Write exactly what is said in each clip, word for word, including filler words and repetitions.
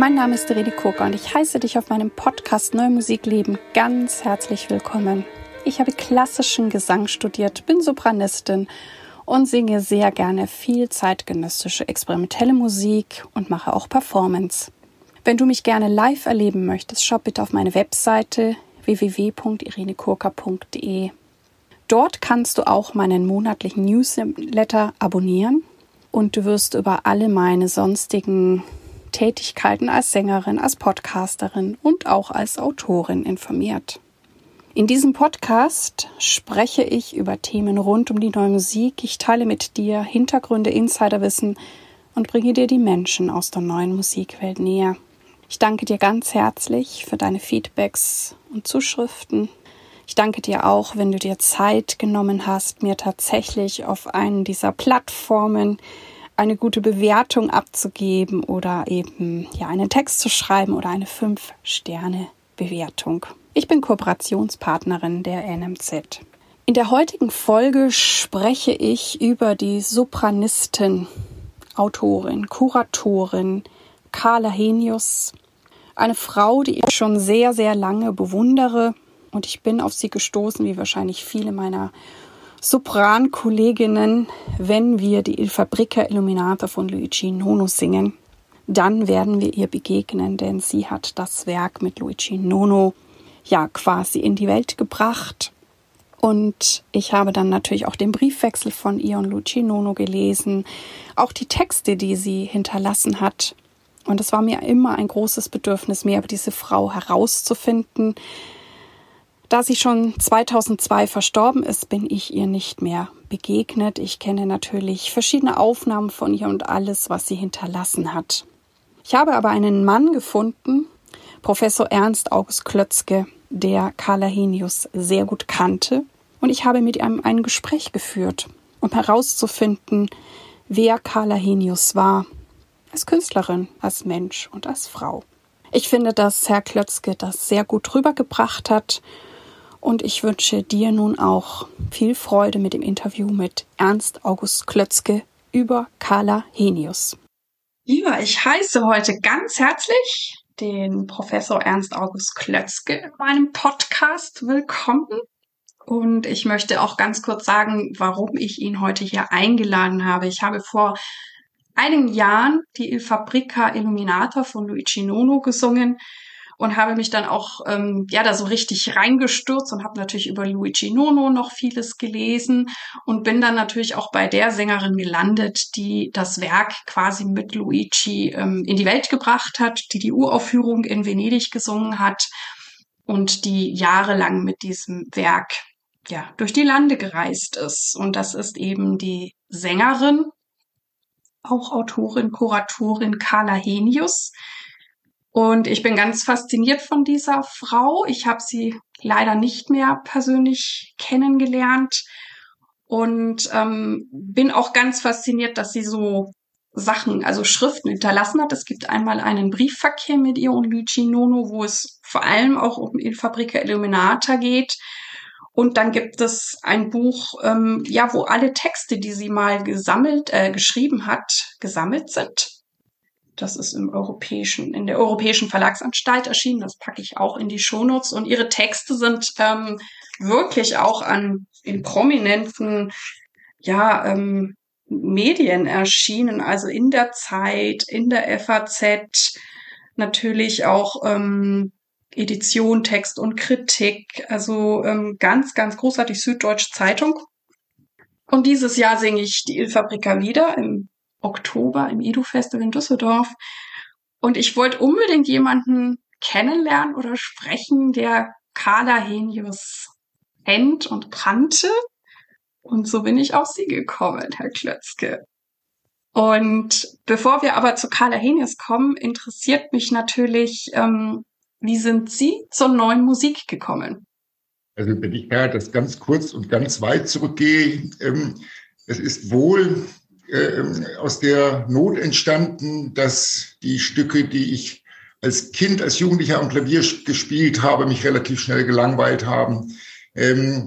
Mein Name ist Irene Kurka und ich heiße dich auf meinem Podcast Neue Musik leben ganz herzlich willkommen. Ich habe klassischen Gesang studiert, bin Sopranistin und singe sehr gerne viel zeitgenössische experimentelle Musik und mache auch Performance. Wenn du mich gerne live erleben möchtest, schau bitte auf meine Webseite w w w punkt irene kurka punkt d e. Dort kannst du auch meinen monatlichen Newsletter abonnieren und du wirst über alle meine sonstigen Tätigkeiten als Sängerin, als Podcasterin und auch als Autorin informiert. In diesem Podcast spreche ich über Themen rund um die neue Musik. Ich teile mit dir Hintergründe, Insiderwissen und bringe dir die Menschen aus der neuen Musikwelt näher. Ich danke dir ganz herzlich für deine Feedbacks und Zuschriften. Ich danke dir auch, wenn du dir Zeit genommen hast, mir tatsächlich auf einen dieser Plattformen eine gute Bewertung abzugeben oder eben ja einen Text zu schreiben oder eine fünf Sterne Bewertung. Ich bin Kooperationspartnerin der N M Z. In der heutigen Folge spreche ich über die Sopranistin, Autorin, Kuratorin Carla Henius, eine Frau, die ich schon sehr, sehr lange bewundere und ich bin auf sie gestoßen, wie wahrscheinlich viele meiner Soprankolleginnen, wenn wir die Il Fabbrica Illuminata von Luigi Nono singen, dann werden wir ihr begegnen, denn sie hat das Werk mit Luigi Nono ja quasi in die Welt gebracht. Und ich habe dann natürlich auch den Briefwechsel von ihr und Luigi Nono gelesen, auch die Texte, die sie hinterlassen hat. Und es war mir immer ein großes Bedürfnis, mehr über diese Frau herauszufinden. Da sie schon zweitausendzwei verstorben ist, bin ich ihr nicht mehr begegnet. Ich kenne natürlich verschiedene Aufnahmen von ihr und alles, was sie hinterlassen hat. Ich habe aber einen Mann gefunden, Professor Ernst August Klötzke, der Carla Henius sehr gut kannte. Und ich habe mit ihm ein Gespräch geführt, um herauszufinden, wer Carla Henius war. Als Künstlerin, als Mensch und als Frau. Ich finde, dass Herr Klötzke das sehr gut rübergebracht hat. Und ich wünsche dir nun auch viel Freude mit dem Interview mit Ernst August Klötzke über Carla Henius. Ja, ich heiße heute ganz herzlich den Professor Ernst August Klötzke in meinem Podcast willkommen. Und ich möchte auch ganz kurz sagen, warum ich ihn heute hier eingeladen habe. Ich habe vor einigen Jahren die Il Fabbrica Illuminata von Luigi Nono gesungen und habe mich dann auch ähm, ja da so richtig reingestürzt und habe natürlich über Luigi Nono noch vieles gelesen und bin dann natürlich auch bei der Sängerin gelandet, die das Werk quasi mit Luigi ähm, in die Welt gebracht hat, die die Uraufführung in Venedig gesungen hat und die jahrelang mit diesem Werk ja durch die Lande gereist ist. Und das ist eben die Sängerin, auch Autorin, Kuratorin Carla Henius. Und ich bin ganz fasziniert von dieser Frau. Ich habe sie leider nicht mehr persönlich kennengelernt und ähm, bin auch ganz fasziniert, dass sie so Sachen, also Schriften hinterlassen hat. Es gibt einmal einen Briefverkehr mit ihr und Luigi Nono, wo es vor allem auch um Il Fabbrica Illuminata geht. Und dann gibt es ein Buch, ähm, ja, wo alle Texte, die sie mal gesammelt, äh, geschrieben hat, gesammelt sind. Das ist im europäischen, in der Europäischen Verlagsanstalt erschienen. Das packe ich auch in die Shownotes. Und ihre Texte sind ähm, wirklich auch an in prominenten, ja, ähm, Medien erschienen. Also in der Zeit, in der F A Z, natürlich auch ähm, Edition, Text und Kritik, also ähm, ganz, ganz großartig, Süddeutsche Zeitung. Und dieses Jahr singe ich die Il Fabbrica wieder im Oktober im Edu-Festival in Düsseldorf. Und ich wollte unbedingt jemanden kennenlernen oder sprechen, der Carla Henius kennt und kannte. Und so bin ich auf Sie gekommen, Herr Klötzke. Und bevor wir aber zu Carla Henius kommen, interessiert mich natürlich, ähm, wie sind Sie zur neuen Musik gekommen? Also wenn ich ja das ganz kurz und ganz weit zurückgehe, ähm, es ist wohl äh, aus der Not entstanden, dass die Stücke, die ich als Kind, als Jugendlicher am Klavier gespielt habe, mich relativ schnell gelangweilt haben. Ähm,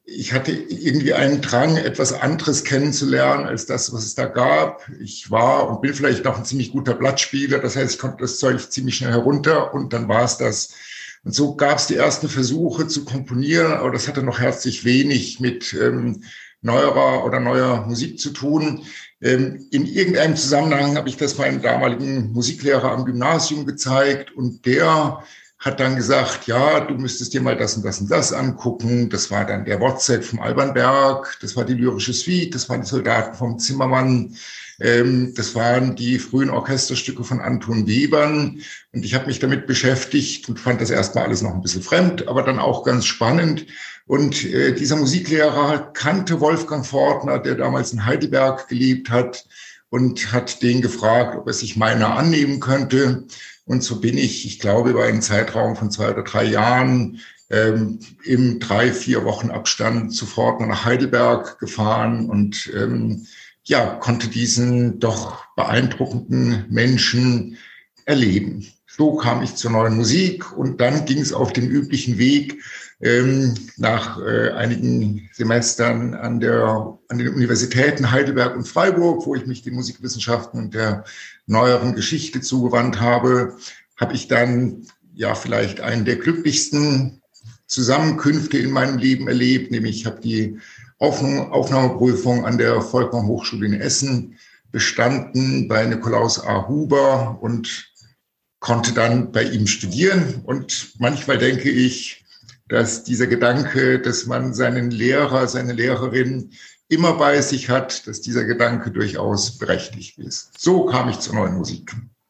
ich hatte irgendwie einen Drang, etwas anderes kennenzulernen als das, was es da gab. Ich war und bin vielleicht noch ein ziemlich guter Blattspieler. Das heißt, ich konnte das Zeug ziemlich schnell herunter und dann war es das. Und so gab es die ersten Versuche zu komponieren, aber das hatte noch herzlich wenig mit ähm, neuerer oder neuer Musik zu tun. Ähm, in irgendeinem Zusammenhang habe ich das meinem damaligen Musiklehrer am Gymnasium gezeigt und der hat dann gesagt, ja, du müsstest dir mal das und das und das angucken. Das war dann der Wozzeck vom Albanberg, das war die lyrische Suite, das waren die Soldaten vom Zimmermann, ähm, das waren die frühen Orchesterstücke von Anton Webern. Und ich habe mich damit beschäftigt und fand das erstmal alles noch ein bisschen fremd, aber dann auch ganz spannend. Und äh, dieser Musiklehrer kannte Wolfgang Fortner, der damals in Heidelberg gelebt hat, und hat den gefragt, ob er sich meiner annehmen könnte. Und so bin ich, ich glaube, über einen Zeitraum von zwei oder drei Jahren ähm, im drei, vier Wochen Abstand sofort nach Heidelberg gefahren und ähm, ja, konnte diesen doch beeindruckenden Menschen erleben. So kam ich zur neuen Musik und dann ging es auf dem üblichen Weg ähm, nach äh, einigen Semestern an der an den Universitäten Heidelberg und Freiburg, wo ich mich den Musikwissenschaften und der neueren Geschichte zugewandt habe, habe ich dann ja vielleicht einen der glücklichsten Zusammenkünfte in meinem Leben erlebt, nämlich ich habe die Aufnahme, Aufnahmeprüfung an der Volkwang Hochschule in Essen bestanden bei Nikolaus A. Huber und konnte dann bei ihm studieren. Und manchmal denke ich, dass dieser Gedanke, dass man seinen Lehrer, seine Lehrerin immer bei sich hat, dass dieser Gedanke durchaus berechtigt ist. So kam ich zur neuen Musik.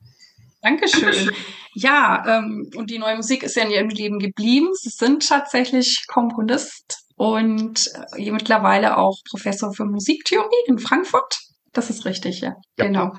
Dankeschön. Ja, ähm, und die neue Musik ist ja in Ihrem Leben geblieben. Sie sind tatsächlich Komponist und äh, mittlerweile auch Professor für Musiktheorie in Frankfurt. Das ist richtig, ja. ja. Genau.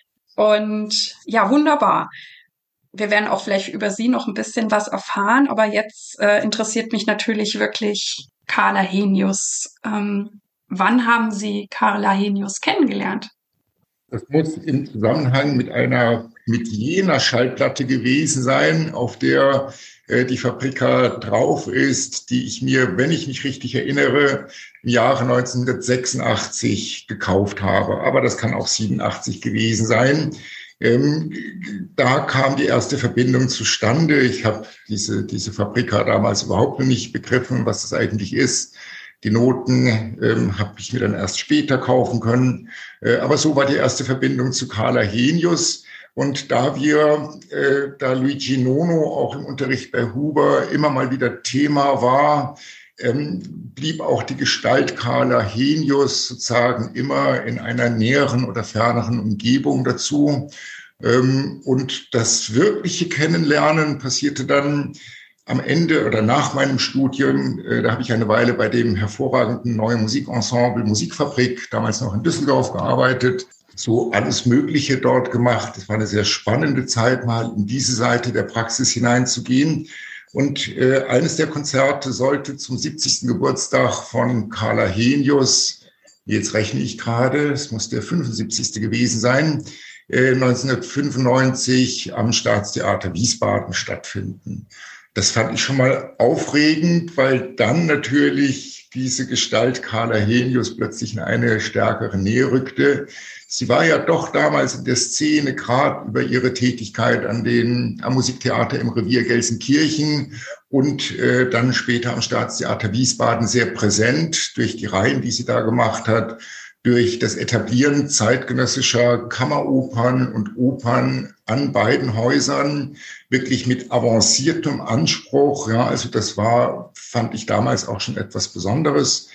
Und ja, wunderbar. Wir werden auch vielleicht über Sie noch ein bisschen was erfahren, aber jetzt äh, interessiert mich natürlich wirklich Carla Henius. Ähm, wann haben Sie Carla Henius kennengelernt? Das muss im Zusammenhang mit einer, mit jener Schallplatte gewesen sein, auf der äh, die Fabrica drauf ist, die ich mir, wenn ich mich richtig erinnere, im Jahre neunzehnhundertsechsundachtzig gekauft habe. Aber das kann auch siebenundachtzig gewesen sein. Ähm, da kam die erste Verbindung zustande. Ich habe diese, diese Fabrica damals überhaupt noch nicht begriffen, was das eigentlich ist. Die Noten ähm, habe ich mir dann erst später kaufen können. Äh, aber so war die erste Verbindung zu Carla Henius. Und da wir, äh, da Luigi Nono auch im Unterricht bei Huber immer mal wieder Thema war, ähm, blieb auch die Gestalt Carla Henius sozusagen immer in einer näheren oder ferneren Umgebung dazu. Ähm, und das wirkliche Kennenlernen passierte dann am Ende oder nach meinem Studium. Äh, da habe ich eine Weile bei dem hervorragenden neuen Musikensemble Musikfabrik, damals noch in Düsseldorf, gearbeitet. So alles Mögliche dort gemacht. Es war eine sehr spannende Zeit, mal in diese Seite der Praxis hineinzugehen. Und äh, eines der Konzerte sollte zum siebzigsten Geburtstag von Carla Henius, jetzt rechne ich gerade, es muss der fünfundsiebzigste gewesen sein, äh, neunzehnhundertfünfundneunzig am Staatstheater Wiesbaden stattfinden. Das fand ich schon mal aufregend, weil dann natürlich diese Gestalt Carla Henius plötzlich in eine stärkere Nähe rückte. Sie war ja doch damals in der Szene, gerade über ihre Tätigkeit an den, am Musiktheater im Revier Gelsenkirchen und äh, dann später am Staatstheater Wiesbaden sehr präsent durch die Reihen, die sie da gemacht hat, durch das Etablieren zeitgenössischer Kammeropern und Opern an beiden Häusern, wirklich mit avanciertem Anspruch. Ja, also das war, fand ich damals auch schon etwas Besonderes.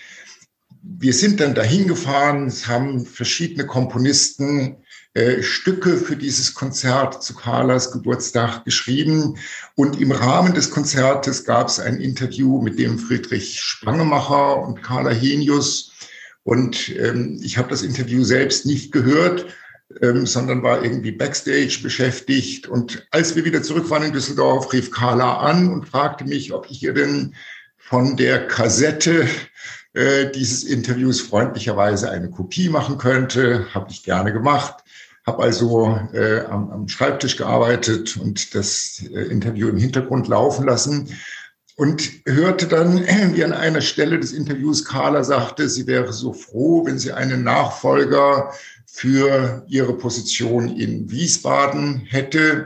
Wir sind dann dahin gefahren, es haben verschiedene Komponisten äh, Stücke für dieses Konzert zu Carlas Geburtstag geschrieben. Und im Rahmen des Konzertes gab es ein Interview mit dem Friedrich Sprangemacher und Carla Henius. Und ähm, ich habe das Interview selbst nicht gehört, ähm, sondern war irgendwie backstage beschäftigt. Und als wir wieder zurück waren in Düsseldorf, rief Carla an und fragte mich, ob ich ihr denn von der Kassette äh, dieses Interviews freundlicherweise eine Kopie machen könnte. Habe ich gerne gemacht. Habe also äh, am, am Schreibtisch gearbeitet und das äh, Interview im Hintergrund laufen lassen. und hörte dann, wie an einer Stelle des Interviews Carla sagte, sie wäre so froh, wenn sie einen Nachfolger für ihre Position in Wiesbaden hätte.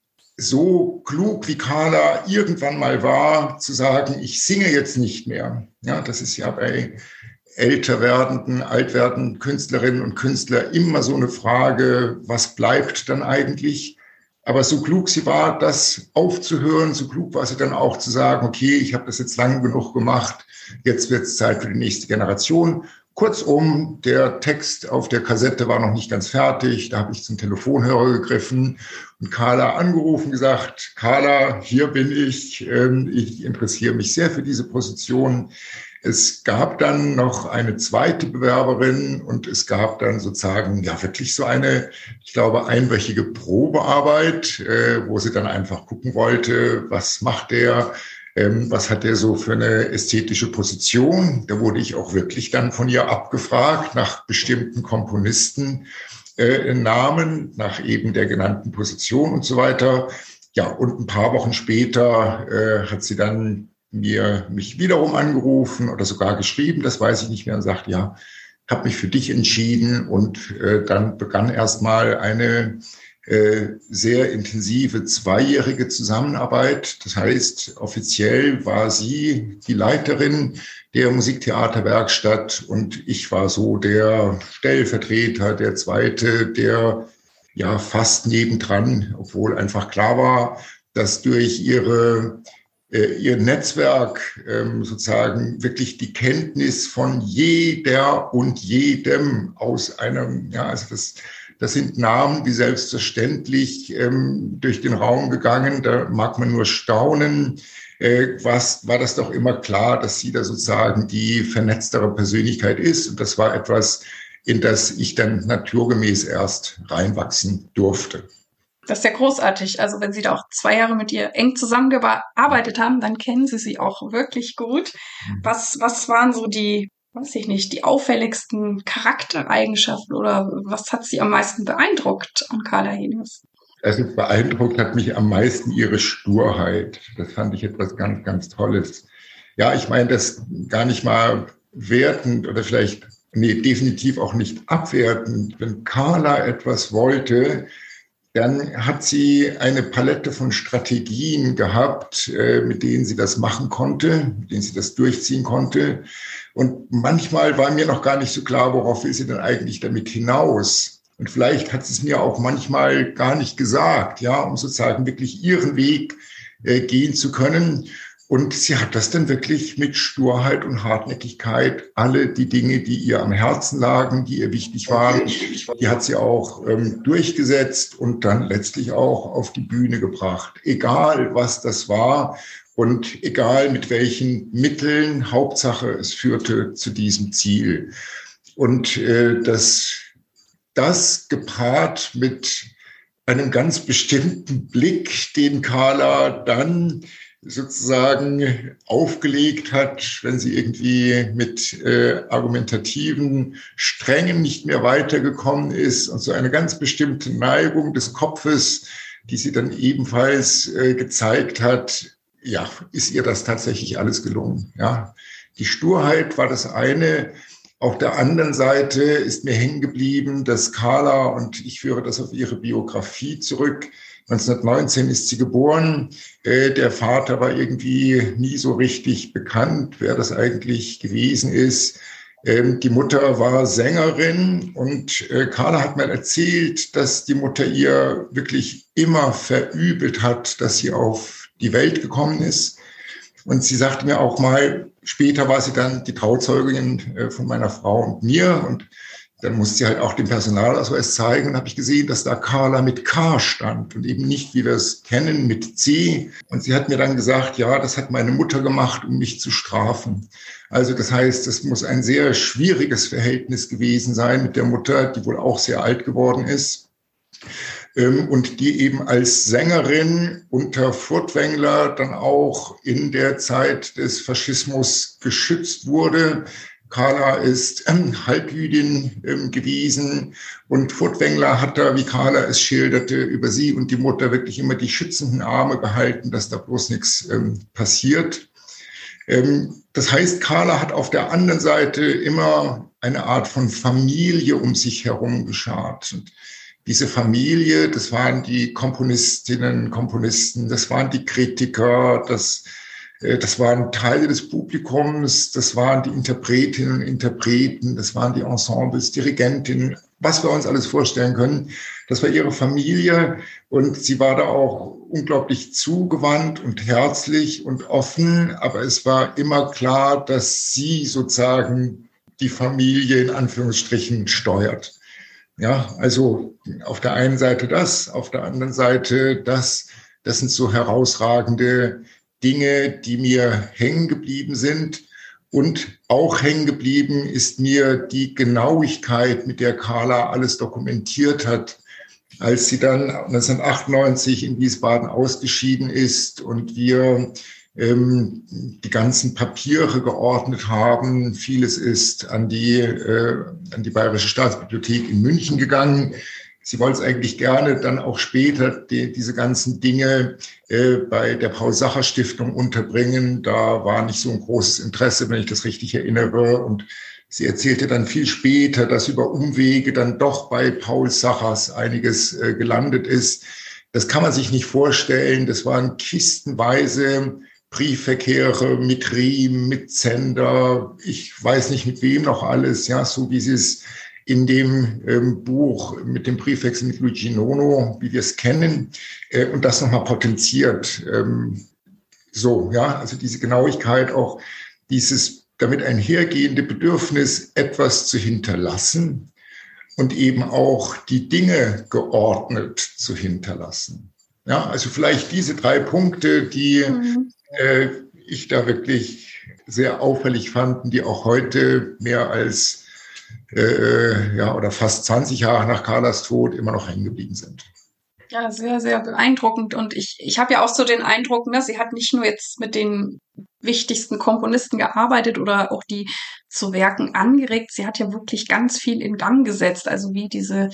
So klug wie Carla irgendwann mal war, zu sagen, ich singe jetzt nicht mehr. Ja, das ist ja bei älter werdenden, alt werdenden Künstlerinnen und Künstlern immer so eine Frage, was bleibt dann eigentlich? Aber so klug sie war, das aufzuhören, so klug war sie dann auch zu sagen, okay, ich habe das jetzt lang genug gemacht, jetzt wird es Zeit für die nächste Generation. Kurzum, der Text auf der Kassette war noch nicht ganz fertig, da habe ich zum Telefonhörer gegriffen und Carla angerufen, gesagt, Carla, hier bin ich, ich interessiere mich sehr für diese Position. Es gab dann noch eine zweite Bewerberin und es gab dann sozusagen ja wirklich so eine, ich glaube, einwöchige Probearbeit, äh, wo sie dann einfach gucken wollte, was macht der, ähm, was hat der so für eine ästhetische Position. Da wurde ich auch wirklich dann von ihr abgefragt nach bestimmten Komponisten, äh, Namen, nach eben der genannten Position und so weiter. Ja, und ein paar Wochen später äh, hat sie dann mir mich wiederum angerufen oder sogar geschrieben, das weiß ich nicht mehr, und sagt, ja, habe mich für dich entschieden. Und äh, dann begann erstmal eine äh, sehr intensive zweijährige Zusammenarbeit. Das heißt, offiziell war sie die Leiterin der Musiktheaterwerkstatt und ich war so der Stellvertreter, der Zweite, der ja fast nebendran, obwohl einfach klar war, dass durch ihre ihr Netzwerk sozusagen wirklich die Kenntnis von jeder und jedem aus einem, ja, also das, das sind Namen, die selbstverständlich ähm, durch den Raum gegangen, da mag man nur staunen, äh, was, war das doch immer klar, dass sie da sozusagen die vernetztere Persönlichkeit ist und das war etwas, in das ich dann naturgemäß erst reinwachsen durfte. Das ist ja großartig. Also wenn Sie da auch zwei Jahre mit ihr eng zusammengearbeitet haben, dann kennen Sie sie auch wirklich gut. Was, was waren so die, weiß ich nicht, die auffälligsten Charaktereigenschaften oder was hat Sie am meisten beeindruckt an Carla Henius? Also beeindruckt hat mich am meisten ihre Sturheit. Das fand ich etwas ganz, ganz Tolles. Ja, ich meine, das gar nicht mal wertend oder vielleicht, nee, definitiv auch nicht abwertend. Wenn Carla etwas wollte, dann hat sie eine Palette von Strategien gehabt, mit denen sie das machen konnte, mit denen sie das durchziehen konnte. Und manchmal war mir noch gar nicht so klar, worauf will sie denn eigentlich damit hinaus. Und vielleicht hat sie es mir auch manchmal gar nicht gesagt, ja, um sozusagen wirklich ihren Weg äh, gehen zu können. Und sie hat das dann wirklich mit Sturheit und Hartnäckigkeit, alle die Dinge, die ihr am Herzen lagen, die ihr wichtig waren, die hat sie auch ähm, durchgesetzt und dann letztlich auch auf die Bühne gebracht. Egal, was das war und egal mit welchen Mitteln, Hauptsache, es führte zu diesem Ziel. Und äh, das, das gepaart mit einem ganz bestimmten Blick, den Carla dann sozusagen aufgelegt hat, wenn sie irgendwie mit äh, argumentativen Strängen nicht mehr weitergekommen ist und so eine ganz bestimmte Neigung des Kopfes, die sie dann ebenfalls äh, gezeigt hat, ja, ist ihr das tatsächlich alles gelungen. Ja, die Sturheit war das eine. Auf der anderen Seite ist mir hängen geblieben, dass Carla, und ich führe das auf ihre Biografie zurück, neunzehnhundertneunzehn ist sie geboren. Äh, der Vater war irgendwie nie so richtig bekannt, wer das eigentlich gewesen ist. Ähm, die Mutter war Sängerin und äh, Carla hat mir erzählt, dass die Mutter ihr wirklich immer verübelt hat, dass sie auf die Welt gekommen ist. Und sie sagte mir auch mal, später war sie dann die Trauzeugin äh, von meiner Frau und mir und dann musste sie halt auch den Personalausweis zeigen und habe ich gesehen, dass da Carla mit K stand und eben nicht, wie wir es kennen, mit C. Und sie hat mir dann gesagt, ja, das hat meine Mutter gemacht, um mich zu strafen. Also das heißt, es muss ein sehr schwieriges Verhältnis gewesen sein mit der Mutter, die wohl auch sehr alt geworden ist. Und die eben als Sängerin unter Furtwängler dann auch in der Zeit des Faschismus geschützt wurde. Carla ist ähm, Halbjüdin ähm, gewesen und Furtwängler hat da, wie Carla es schilderte, über sie und die Mutter wirklich immer die schützenden Arme gehalten, dass da bloß nichts ähm, passiert. Ähm, das heißt, Carla hat auf der anderen Seite immer eine Art von Familie um sich herum geschart. Und diese Familie, das waren die Komponistinnen, Komponisten, das waren die Kritiker, das Das waren Teile des Publikums, das waren die Interpretinnen und Interpreten, das waren die Ensembles, Dirigentinnen, was wir uns alles vorstellen können. Das war ihre Familie und sie war da auch unglaublich zugewandt und herzlich und offen, aber es war immer klar, dass sie sozusagen die Familie in Anführungsstrichen steuert. Ja, also auf der einen Seite das, auf der anderen Seite das, das sind so herausragende Dinge, die mir hängen geblieben sind. Und auch hängen geblieben ist mir die Genauigkeit, mit der Carla alles dokumentiert hat, als sie dann neunzehnhundertachtundneunzig in Wiesbaden ausgeschieden ist und wir ähm, die ganzen Papiere geordnet haben. Vieles ist an die, äh, an die Bayerische Staatsbibliothek in München gegangen. Sie wollte es eigentlich gerne dann auch später die, diese ganzen Dinge äh, bei der Paul-Sacher-Stiftung unterbringen. Da war nicht so ein großes Interesse, wenn ich das richtig erinnere. Und sie erzählte dann viel später, dass über Umwege dann doch bei Paul Sachers einiges äh, gelandet ist. Das kann man sich nicht vorstellen. Das waren kistenweise Briefverkehre mit Riem, mit Zender. Ich weiß nicht mit wem noch alles, ja, so wie sie es in dem ähm, Buch mit dem Briefwechsel mit Luigi Nono, wie wir es kennen, äh, und das nochmal potenziert. Ähm, so, ja, also diese Genauigkeit, auch dieses damit einhergehende Bedürfnis, etwas zu hinterlassen und eben auch die Dinge geordnet zu hinterlassen. Ja, also vielleicht diese drei Punkte, die mhm. äh, ich da wirklich sehr auffällig fand, die auch heute mehr als Äh, ja, oder fast zwanzig Jahre nach Carlas Tod immer noch hängen geblieben sind. Ja, sehr, sehr beeindruckend. Und ich, ich habe ja auch so den Eindruck, ne, sie hat nicht nur jetzt mit den wichtigsten Komponisten gearbeitet oder auch die zu Werken angeregt, sie hat ja wirklich ganz viel in Gang gesetzt, also wie diese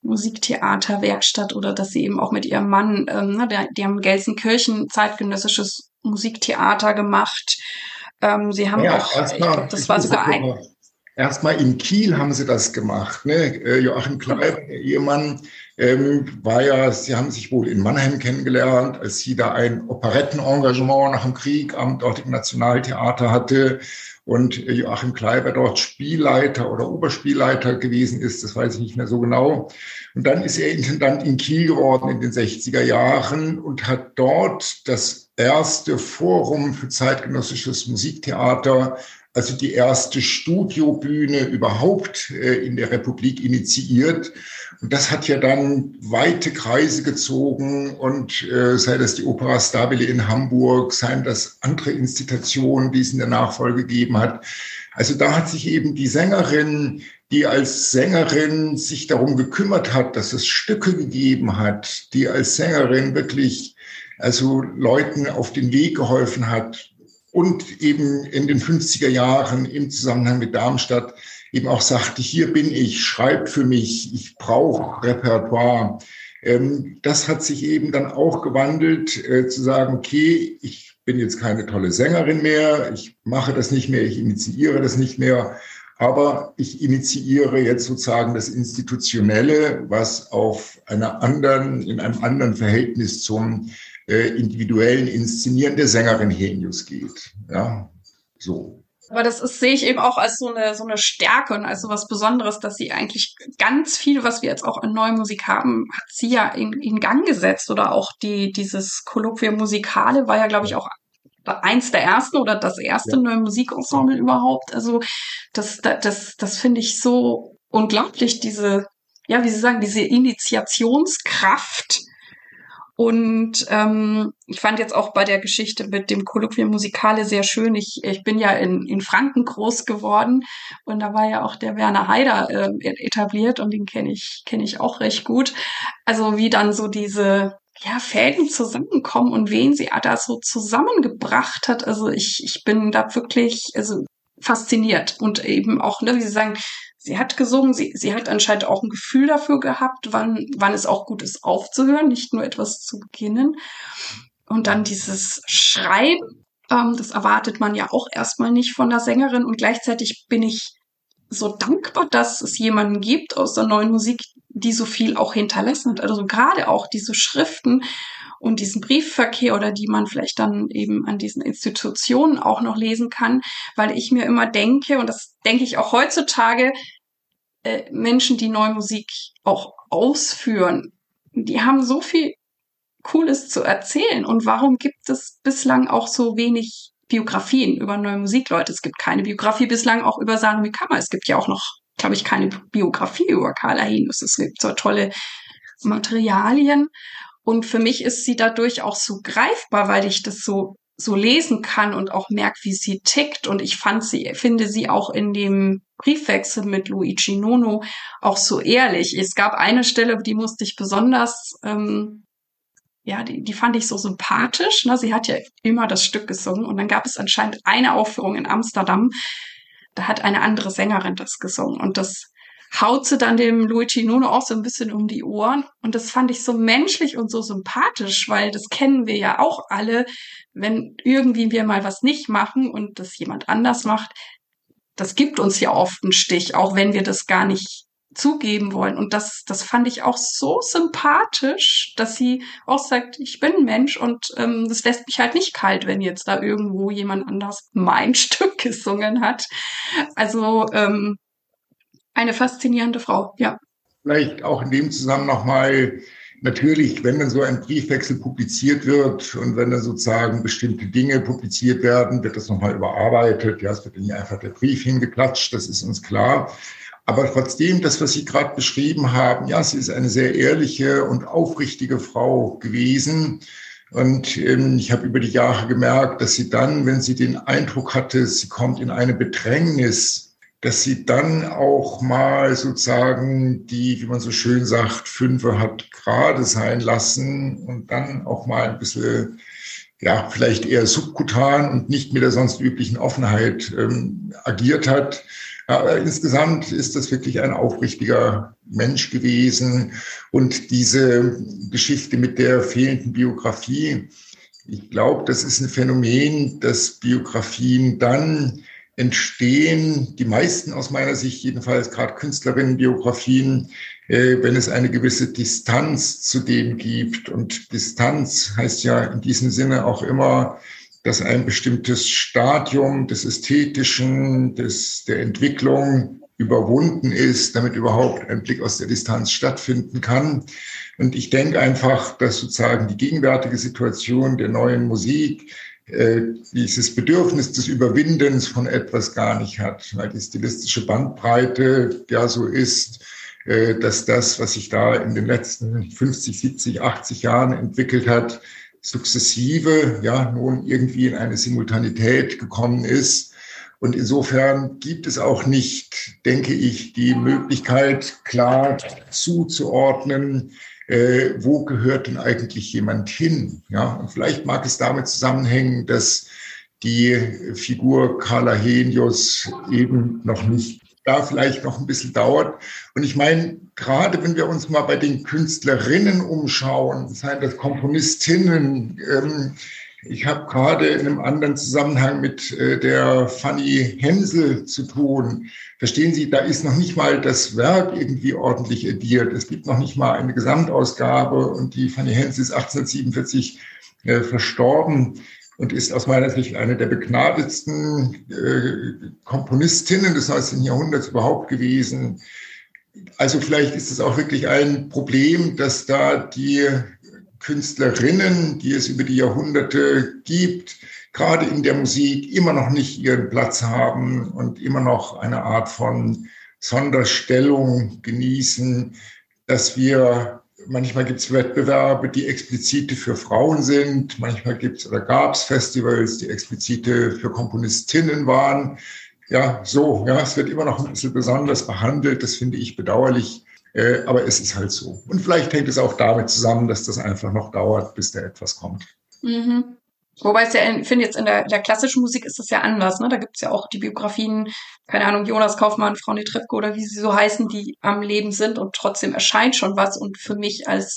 Musiktheaterwerkstatt oder dass sie eben auch mit ihrem Mann, ähm, ne, der, die haben Gelsenkirchen zeitgenössisches Musiktheater gemacht. Ähm, sie haben ja, auch, ich glaube, das war sogar ein... Erstmal in Kiel haben sie das gemacht. Ne? Joachim Kleiber, der Ehemann, ähm, war ja, sie haben sich wohl in Mannheim kennengelernt, als sie da ein Operettenengagement nach dem Krieg am dortigen Nationaltheater hatte und Joachim Kleiber dort Spielleiter oder Oberspielleiter gewesen ist, das weiß ich nicht mehr so genau. Und dann ist er Intendant in Kiel geworden in den sechziger Jahren und hat dort das erste Forum für zeitgenössisches Musiktheater, also die erste Studiobühne überhaupt äh, in der Republik initiiert. Und das hat ja dann weite Kreise gezogen und äh, sei das die Opera Stabile in Hamburg, seien das andere Institutionen, die es in der Nachfolge gegeben hat. Also da hat sich eben die Sängerin, die als Sängerin sich darum gekümmert hat, dass es Stücke gegeben hat, die als Sängerin wirklich also Leuten auf den Weg geholfen hat, und eben in den fünfziger Jahren im Zusammenhang mit Darmstadt eben auch sagte, hier bin ich, schreib für mich, ich brauche Repertoire. Ähm, das hat sich eben dann auch gewandelt, äh, zu sagen, okay, ich bin jetzt keine tolle Sängerin mehr, ich mache das nicht mehr, ich initiiere das nicht mehr, aber ich initiiere jetzt sozusagen das Institutionelle, was auf einer anderen, in einem anderen Verhältnis zum Äh, individuellen Inszenieren der Sängerin Henius geht. Ja, so. Aber das ist, sehe ich eben auch als so eine, so eine Stärke und als so was Besonderes, dass sie eigentlich ganz viel, was wir jetzt auch in Neue Musik haben, hat sie ja in, in Gang gesetzt oder auch die, dieses Colloquium Musicale war ja, glaube ich, auch eins der ersten oder das erste ja. Neue Musikensemble überhaupt. Also, das, das, das, das finde ich so unglaublich, diese, ja, wie Sie sagen, diese Initiationskraft. Und ähm, ich fand jetzt auch bei der Geschichte mit dem Colloquium Musicale sehr schön. Ich, ich bin ja in, in Franken groß geworden und da war ja auch der Werner Haider äh, etabliert und den kenne ich kenne ich auch recht gut. Also wie dann so diese ja Fäden zusammenkommen und wen sie da so zusammengebracht hat. Also ich ich bin da wirklich also fasziniert und eben auch, ne, wie Sie sagen, sie hat gesungen, sie, sie hat anscheinend auch ein Gefühl dafür gehabt, wann, wann es auch gut ist aufzuhören, nicht nur etwas zu beginnen. Und dann dieses Schreiben, ähm, das erwartet man ja auch erstmal nicht von der Sängerin. Und gleichzeitig bin ich so dankbar, dass es jemanden gibt aus der neuen Musik, die so viel auch hinterlassen hat. Also gerade auch diese Schriften und diesen Briefverkehr oder die man vielleicht dann eben an diesen Institutionen auch noch lesen kann, weil ich mir immer denke, und das denke ich auch heutzutage, äh, Menschen, die neue Musik auch ausführen, die haben so viel Cooles zu erzählen. Und warum gibt es bislang auch so wenig Biografien über neue Musikleute? Es gibt keine Biografie bislang auch über Salome Kammer. Es gibt ja auch noch, glaube ich, keine Biografie über Carla Henius. Es gibt so tolle Materialien. Und für mich ist sie dadurch auch so greifbar, weil ich das so so lesen kann und auch merke, wie sie tickt. Und ich fand sie, finde sie auch in dem Briefwechsel mit Luigi Nono auch so ehrlich. Es gab eine Stelle, die musste ich besonders, ähm, ja, die, die fand ich so sympathisch. Ne? Sie hat ja immer das Stück gesungen. Und dann gab es anscheinend eine Aufführung in Amsterdam. Da hat eine andere Sängerin das gesungen. Und das haut sie dann dem Luigi Nono auch so ein bisschen um die Ohren. Und das fand ich so menschlich und so sympathisch, weil das kennen wir ja auch alle, wenn irgendwie wir mal was nicht machen und das jemand anders macht. Das gibt uns ja oft einen Stich, auch wenn wir das gar nicht zugeben wollen. Und das, das fand ich auch so sympathisch, dass sie auch sagt, ich bin ein Mensch und ähm, das lässt mich halt nicht kalt, wenn jetzt da irgendwo jemand anders mein Stück gesungen hat. Also ähm, eine faszinierende Frau, ja. Vielleicht auch in dem Zusammenhang nochmal, natürlich, wenn dann so ein Briefwechsel publiziert wird und wenn dann sozusagen bestimmte Dinge publiziert werden, wird das nochmal überarbeitet. Ja, es wird nicht einfach der Brief hingeklatscht, das ist uns klar. Aber trotzdem, das, was Sie gerade beschrieben haben, ja, sie ist eine sehr ehrliche und aufrichtige Frau gewesen. Und ähm, ich habe über die Jahre gemerkt, dass sie dann, wenn sie den Eindruck hatte, sie kommt in eine Bedrängnis, dass sie dann auch mal sozusagen die, wie man so schön sagt, Fünfe hat gerade sein lassen und dann auch mal ein bisschen, ja, vielleicht eher subkutan und nicht mit der sonst üblichen Offenheit ähm, agiert hat. Aber insgesamt ist das wirklich ein aufrichtiger Mensch gewesen. Und diese Geschichte mit der fehlenden Biografie, ich glaube, das ist ein Phänomen, dass Biografien dann entstehen, die meisten aus meiner Sicht jedenfalls, gerade Künstlerinnenbiografien, äh, wenn es eine gewisse Distanz zu dem gibt. Und Distanz heißt ja in diesem Sinne auch immer, dass ein bestimmtes Stadium des Ästhetischen, des, der Entwicklung überwunden ist, damit überhaupt ein Blick aus der Distanz stattfinden kann. Und ich denke einfach, dass sozusagen die gegenwärtige Situation der neuen Musik äh, dieses Bedürfnis des Überwindens von etwas gar nicht hat, weil die stilistische Bandbreite ja so ist, äh, dass das, was sich da in den letzten fünfzig, siebzig, achtzig Jahren entwickelt hat, sukzessive, ja, nun irgendwie in eine Simultanität gekommen ist. Und insofern gibt es auch nicht, denke ich, die Möglichkeit, klar zuzuordnen, äh, wo gehört denn eigentlich jemand hin? Ja, und vielleicht mag es damit zusammenhängen, dass die Figur Carla Henius eben noch nicht da vielleicht noch ein bisschen dauert. Und ich meine, gerade wenn wir uns mal bei den Künstlerinnen umschauen, seien das Komponistinnen, ähm, ich habe gerade in einem anderen Zusammenhang mit äh, der Fanny Hensel zu tun. Verstehen Sie, da ist noch nicht mal das Werk irgendwie ordentlich ediert. Es gibt noch nicht mal eine Gesamtausgabe und die Fanny Hensel ist achtzehnhundertsiebenundvierzig äh, verstorben und ist aus meiner Sicht eine der begnadetsten äh, Komponistinnen des neunzehnten Jahrhunderts überhaupt gewesen. Also vielleicht ist es auch wirklich ein Problem, dass da die Künstlerinnen, die es über die Jahrhunderte gibt, gerade in der Musik immer noch nicht ihren Platz haben und immer noch eine Art von Sonderstellung genießen, dass wir manchmal gibt es Wettbewerbe, die explizite für Frauen sind. Manchmal gibt es oder gab es Festivals, die explizite für Komponistinnen waren. Ja, so, ja, es wird immer noch ein bisschen besonders behandelt. Das finde ich bedauerlich. Äh, aber es ist halt so. Und vielleicht hängt es auch damit zusammen, dass das einfach noch dauert, bis da etwas kommt. Mhm. Wobei es ja, ich finde jetzt in der, der klassischen Musik ist das ja anders, ne? Da gibt's ja auch die Biografien, keine Ahnung, Jonas Kaufmann, Frau Netrebko oder wie sie so heißen, die am Leben sind und trotzdem erscheint schon was. Und für mich als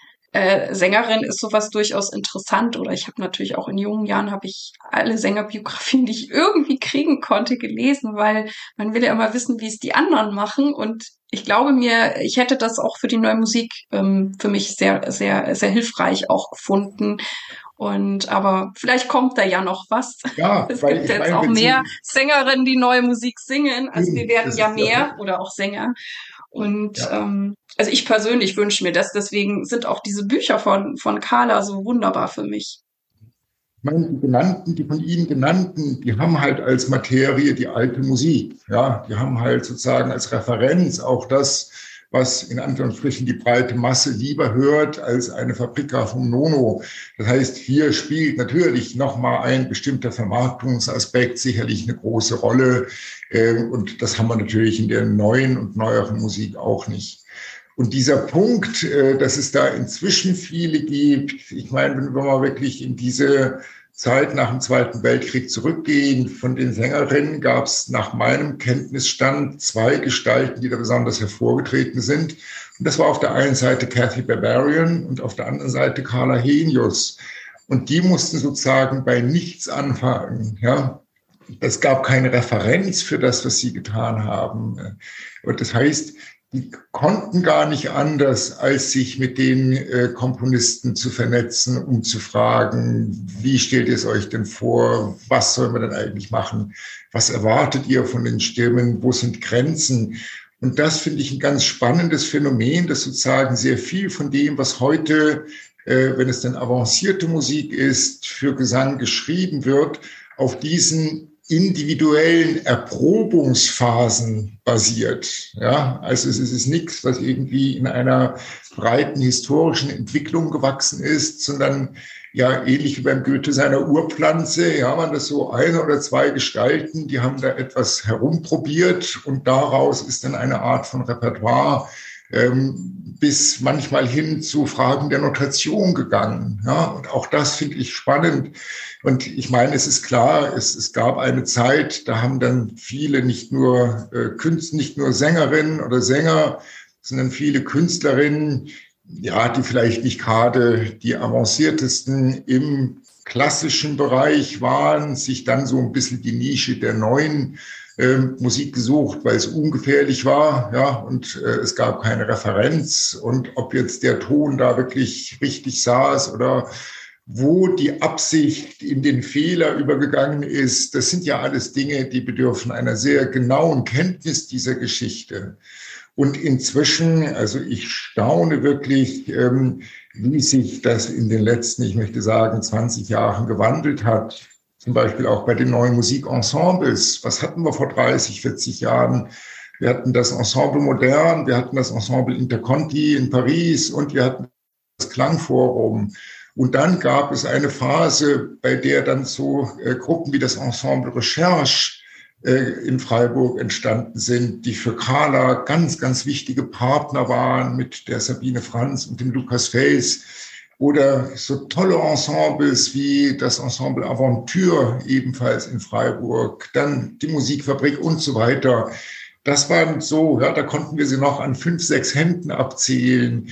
äh, Sängerin ist sowas durchaus interessant. Oder ich habe natürlich auch in jungen Jahren habe ich alle Sängerbiografien, die ich irgendwie kriegen konnte, gelesen, weil man will ja immer wissen, wie es die anderen machen. Und ich glaube mir, ich hätte das auch für die neue Musik ähm, für mich sehr, sehr, sehr hilfreich auch gefunden. Und aber vielleicht kommt da ja noch was. Ja, Es weil gibt ich jetzt meine, auch wenn mehr Sie, Sängerinnen, die neue Musik singen. Also wir eben, werden das ja ist ja, mehr oder auch Sänger. Und ja. ähm, also ich persönlich wünsche mir das. Deswegen sind auch diese Bücher von von Carla so wunderbar für mich. Ich meine, die genannten, die von Ihnen genannten, die haben halt als Materie die alte Musik. Ja, die haben halt sozusagen als Referenz auch das, was in Anführungsstrichen die breite Masse lieber hört als eine Fabrica vom Nono. Das heißt, hier spielt natürlich nochmal ein bestimmter Vermarktungsaspekt sicherlich eine große Rolle. Und das haben wir natürlich in der neuen und neueren Musik auch nicht. Und dieser Punkt, dass es da inzwischen viele gibt, ich meine, wenn wir mal wirklich in diese Zeit nach dem Zweiten Weltkrieg zurückgehen, von den Sängerinnen gab es nach meinem Kenntnisstand zwei Gestalten, die da besonders hervorgetreten sind. Und das war auf der einen Seite Kathy Barbarian und auf der anderen Seite Carla Henius. Und die mussten sozusagen bei nichts anfangen, ja. Es gab keine Referenz für das, was sie getan haben. Und das heißt, die konnten gar nicht anders, als sich mit den äh, Komponisten zu vernetzen, um zu fragen, wie stellt ihr es euch denn vor? Was sollen wir denn eigentlich machen? Was erwartet ihr von den Stimmen? Wo sind Grenzen? Und das finde ich ein ganz spannendes Phänomen, dass sozusagen sehr viel von dem, was heute, äh, wenn es denn avancierte Musik ist, für Gesang geschrieben wird, auf diesen individuellen Erprobungsphasen basiert. Ja, also es ist nichts, was irgendwie in einer breiten historischen Entwicklung gewachsen ist, sondern ja, ähnlich wie beim Goethe seiner Urpflanze, ja, waren das so eine oder zwei Gestalten, die haben da etwas herumprobiert und daraus ist dann eine Art von Repertoire ähm, bis manchmal hin zu Fragen der Notation gegangen. Ja, und auch das finde ich spannend. Und ich meine, es ist klar, es, es gab eine Zeit, da haben dann viele nicht nur äh, Künstler, nicht nur Sängerinnen oder Sänger, sondern viele Künstlerinnen, ja, die vielleicht nicht gerade die avanciertesten im klassischen Bereich waren, sich dann so ein bisschen die Nische der neuen äh, Musik gesucht, weil es ungefährlich war, ja, und äh, es gab keine Referenz. Und ob jetzt der Ton da wirklich richtig saß oder wo die Absicht in den Fehler übergegangen ist, das sind ja alles Dinge, die bedürfen einer sehr genauen Kenntnis dieser Geschichte. Und inzwischen, also ich staune wirklich, ähm, wie sich das in den letzten, ich möchte sagen, zwanzig Jahren gewandelt hat. Zum Beispiel auch bei den neuen Musikensembles. Was hatten wir vor dreißig, vierzig Jahren? Wir hatten das Ensemble Modern, wir hatten das Ensemble Interconti in Paris und wir hatten das Klangforum. Und dann gab es eine Phase, bei der dann so äh, Gruppen wie das Ensemble Recherche äh, in Freiburg entstanden sind, die für Carla ganz, ganz wichtige Partner waren mit der Sabine Franz und dem Lukas Fels. Oder so tolle Ensembles wie das Ensemble Aventure ebenfalls in Freiburg, dann die Musikfabrik und so weiter. Das waren so, ja, da konnten wir sie noch an fünf, sechs Händen abzählen.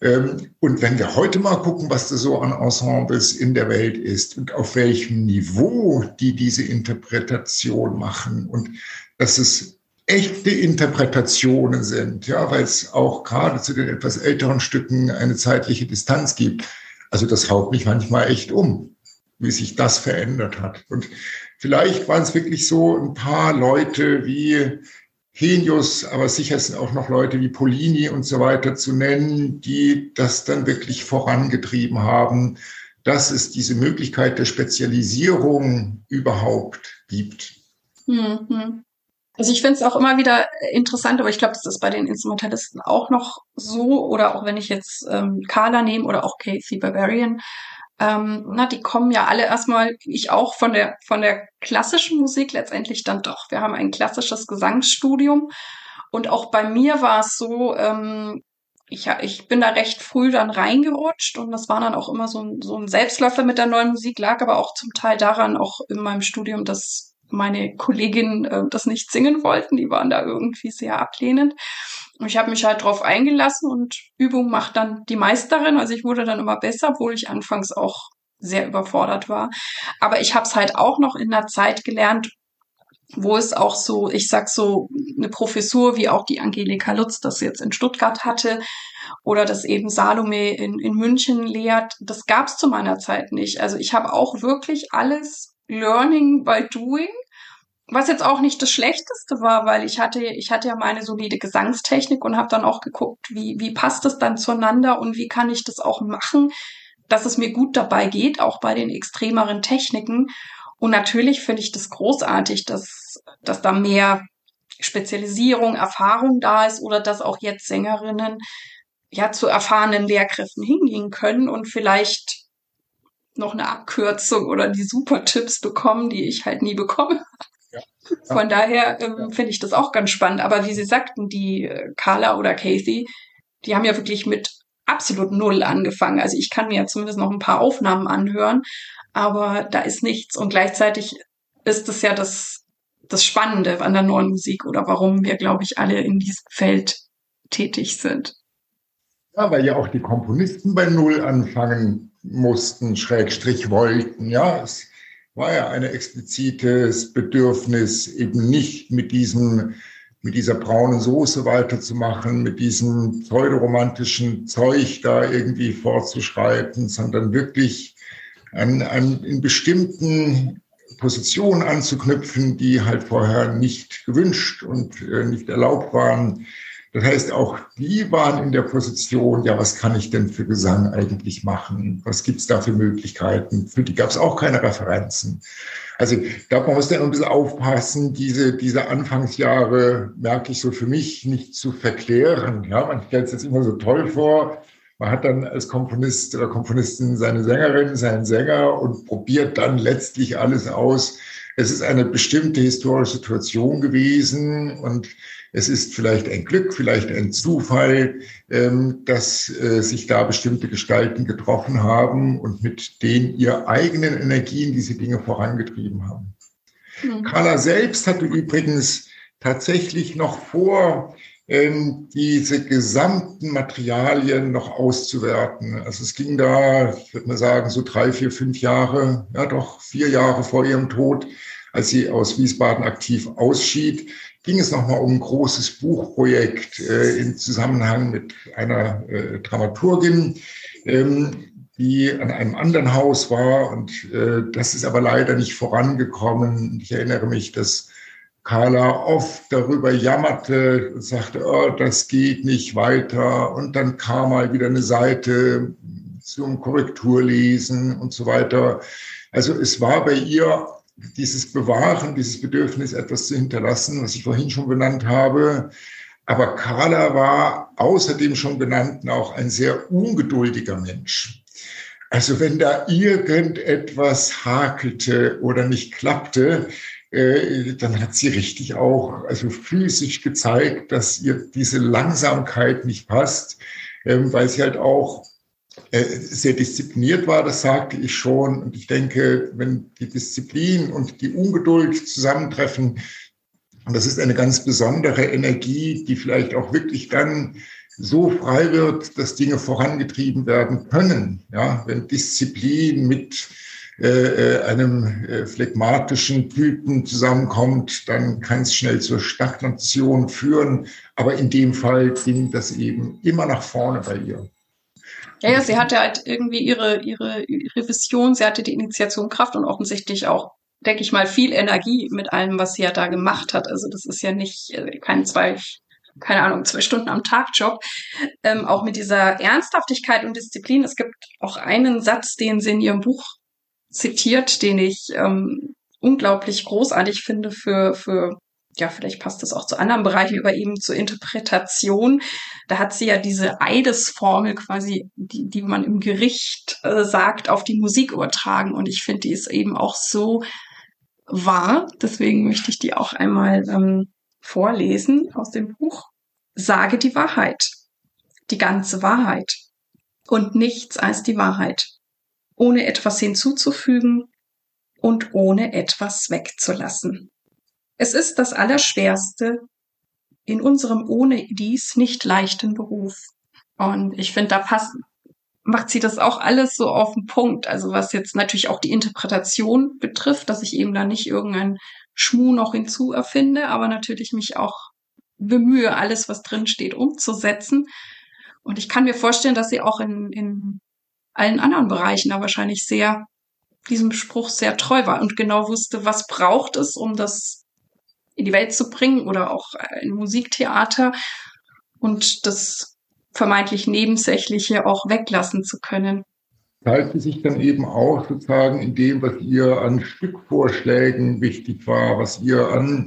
Und wenn wir heute mal gucken, was da so an Ensembles in der Welt ist und auf welchem Niveau die diese Interpretation machen und dass es echte Interpretationen sind, ja, weil es auch gerade zu den etwas älteren Stücken eine zeitliche Distanz gibt. Also das haut mich manchmal echt um, wie sich das verändert hat. Und vielleicht waren es wirklich so ein paar Leute wie Henius, aber sicher sind auch noch Leute wie Polini und so weiter zu nennen, die das dann wirklich vorangetrieben haben, dass es diese Möglichkeit der Spezialisierung überhaupt gibt. Mhm. Also ich finde es auch immer wieder interessant, aber ich glaube, das ist bei den Instrumentalisten auch noch so, oder auch wenn ich jetzt ähm, Carla nehme oder auch Kathy Barbarian, ähm, na, die kommen ja alle erstmal, ich auch, von der von der klassischen Musik letztendlich dann doch. Wir haben ein klassisches Gesangsstudium und auch bei mir war es so, ähm, ich, ich bin da recht früh dann reingerutscht und das war dann auch immer so ein, so ein Selbstläufer mit der neuen Musik, lag aber auch zum Teil daran, auch in meinem Studium, dass meine Kolleginnen äh, das nicht singen wollten. Die waren da irgendwie sehr ablehnend. Und ich habe mich halt drauf eingelassen und Übung macht dann die Meisterin. Also ich wurde dann immer besser, obwohl ich anfangs auch sehr überfordert war. Aber ich habe es halt auch noch in einer Zeit gelernt, wo es auch so, ich sag so, eine Professur, wie auch die Angelika Lutz das jetzt in Stuttgart hatte, oder das eben Salome in, in München lehrt, das gab's zu meiner Zeit nicht. Also ich habe auch wirklich alles Learning by Doing, was jetzt auch nicht das Schlechteste war, weil ich hatte, ich hatte ja meine solide Gesangstechnik und habe dann auch geguckt, wie, wie passt das dann zueinander und wie kann ich das auch machen, dass es mir gut dabei geht, auch bei den extremeren Techniken. Und natürlich finde ich das großartig, dass, dass da mehr Spezialisierung, Erfahrung da ist oder dass auch jetzt Sängerinnen ja zu erfahrenen Lehrkräften hingehen können und vielleicht noch eine Abkürzung oder die super Tipps bekommen, die ich halt nie bekomme. Ja. Von daher ähm, finde ich das auch ganz spannend. Aber wie Sie sagten, die äh, Carla oder Kathy, die haben ja wirklich mit absolut null angefangen. Also ich kann mir ja zumindest noch ein paar Aufnahmen anhören, aber da ist nichts. Und gleichzeitig ist es ja das, das Spannende an der neuen Musik oder warum wir, glaube ich, alle in diesem Feld tätig sind. Ja, weil ja auch die Komponisten bei Null anfangen mussten, Schrägstrich wollten. Ja, es war ja ein explizites Bedürfnis, eben nicht mit diesem, mit dieser braunen Soße weiterzumachen, mit diesem pseudoromantischen Zeug da irgendwie fortzuschreiten, sondern wirklich an, an, in bestimmten Positionen anzuknüpfen, die halt vorher nicht gewünscht und äh, nicht erlaubt waren. Das heißt, auch die waren in der Position, ja, was kann ich denn für Gesang eigentlich machen? Was gibt's da für Möglichkeiten? Für die gab es auch keine Referenzen. Also da muss man ein bisschen aufpassen, diese, diese Anfangsjahre, merke ich so für mich, nicht zu verklären. Ja, man stellt es jetzt immer so toll vor. Man hat dann als Komponist oder Komponistin seine Sängerin, seinen Sänger und probiert dann letztlich alles aus. Es ist eine bestimmte historische Situation gewesen und es ist vielleicht ein Glück, vielleicht ein Zufall, ähm, dass äh, sich da bestimmte Gestalten getroffen haben und mit den ihr eigenen Energien diese Dinge vorangetrieben haben. Mhm. Carla selbst hatte übrigens tatsächlich noch vor, ähm, diese gesamten Materialien noch auszuwerten. Also es ging da, ich würde mal sagen, so drei, vier, fünf Jahre, ja doch vier Jahre vor ihrem Tod, als sie aus Wiesbaden aktiv ausschied, ging es nochmal um ein großes Buchprojekt äh, im Zusammenhang mit einer äh, Dramaturgin, ähm, die an einem anderen Haus war. Und äh, das ist aber leider nicht vorangekommen. Ich erinnere mich, dass Carla oft darüber jammerte und sagte, oh, das geht nicht weiter. Und dann kam mal wieder eine Seite zum Korrekturlesen und so weiter. Also es war bei ihr dieses Bewahren, dieses Bedürfnis, etwas zu hinterlassen, was ich vorhin schon benannt habe. Aber Carla war außerdem schon benannt auch ein sehr ungeduldiger Mensch. Also wenn da irgendetwas hakelte oder nicht klappte, äh, dann hat sie richtig auch also physisch gezeigt, dass ihr diese Langsamkeit nicht passt, äh, weil sie halt auch sehr diszipliniert war, das sagte ich schon. Und ich denke, wenn die Disziplin und die Ungeduld zusammentreffen, und das ist eine ganz besondere Energie, die vielleicht auch wirklich dann so frei wird, dass Dinge vorangetrieben werden können. Ja, wenn Disziplin mit äh, einem äh, phlegmatischen Typen zusammenkommt, dann kann es schnell zur Stagnation führen. Aber in dem Fall ging das eben immer nach vorne bei ihr. Ja, ja, sie hatte halt irgendwie ihre, ihre, ihre Vision, sie hatte die Initiationkraft und offensichtlich auch, denke ich mal, viel Energie mit allem, was sie ja da gemacht hat. Also das ist ja nicht kein zwei, keine Ahnung, zwei Stunden am Tag Job. Ähm, auch mit dieser Ernsthaftigkeit und Disziplin. Es gibt auch einen Satz, den sie in ihrem Buch zitiert, den ich ähm, unglaublich großartig finde für, für ja, vielleicht passt das auch zu anderen Bereichen, aber eben zur Interpretation. Da hat sie ja diese Eidesformel quasi, die, die man im Gericht äh, sagt, auf die Musik übertragen. Und ich finde, die ist eben auch so wahr. Deswegen möchte ich die auch einmal ähm, vorlesen aus dem Buch. Sage die Wahrheit. die ganze Wahrheit und nichts als die Wahrheit, ohne etwas hinzuzufügen und ohne etwas wegzulassen. Es ist das Allerschwerste in unserem ohne dies nicht leichten Beruf. Und ich finde, da passt, macht sie das auch alles so auf den Punkt. Also was jetzt natürlich auch die Interpretation betrifft, dass ich eben da nicht irgendeinen Schmuh noch hinzu erfinde, aber natürlich mich auch bemühe, alles, was drin steht, umzusetzen. Und ich kann mir vorstellen, dass sie auch in, in allen anderen Bereichen da wahrscheinlich sehr, diesem Spruch sehr treu war und genau wusste, was braucht es, um das in die Welt zu bringen oder auch ein Musiktheater und das vermeintlich Nebensächliche auch weglassen zu können. Teilte sich dann eben auch sozusagen in dem, was ihr an Stückvorschlägen wichtig war, was ihr an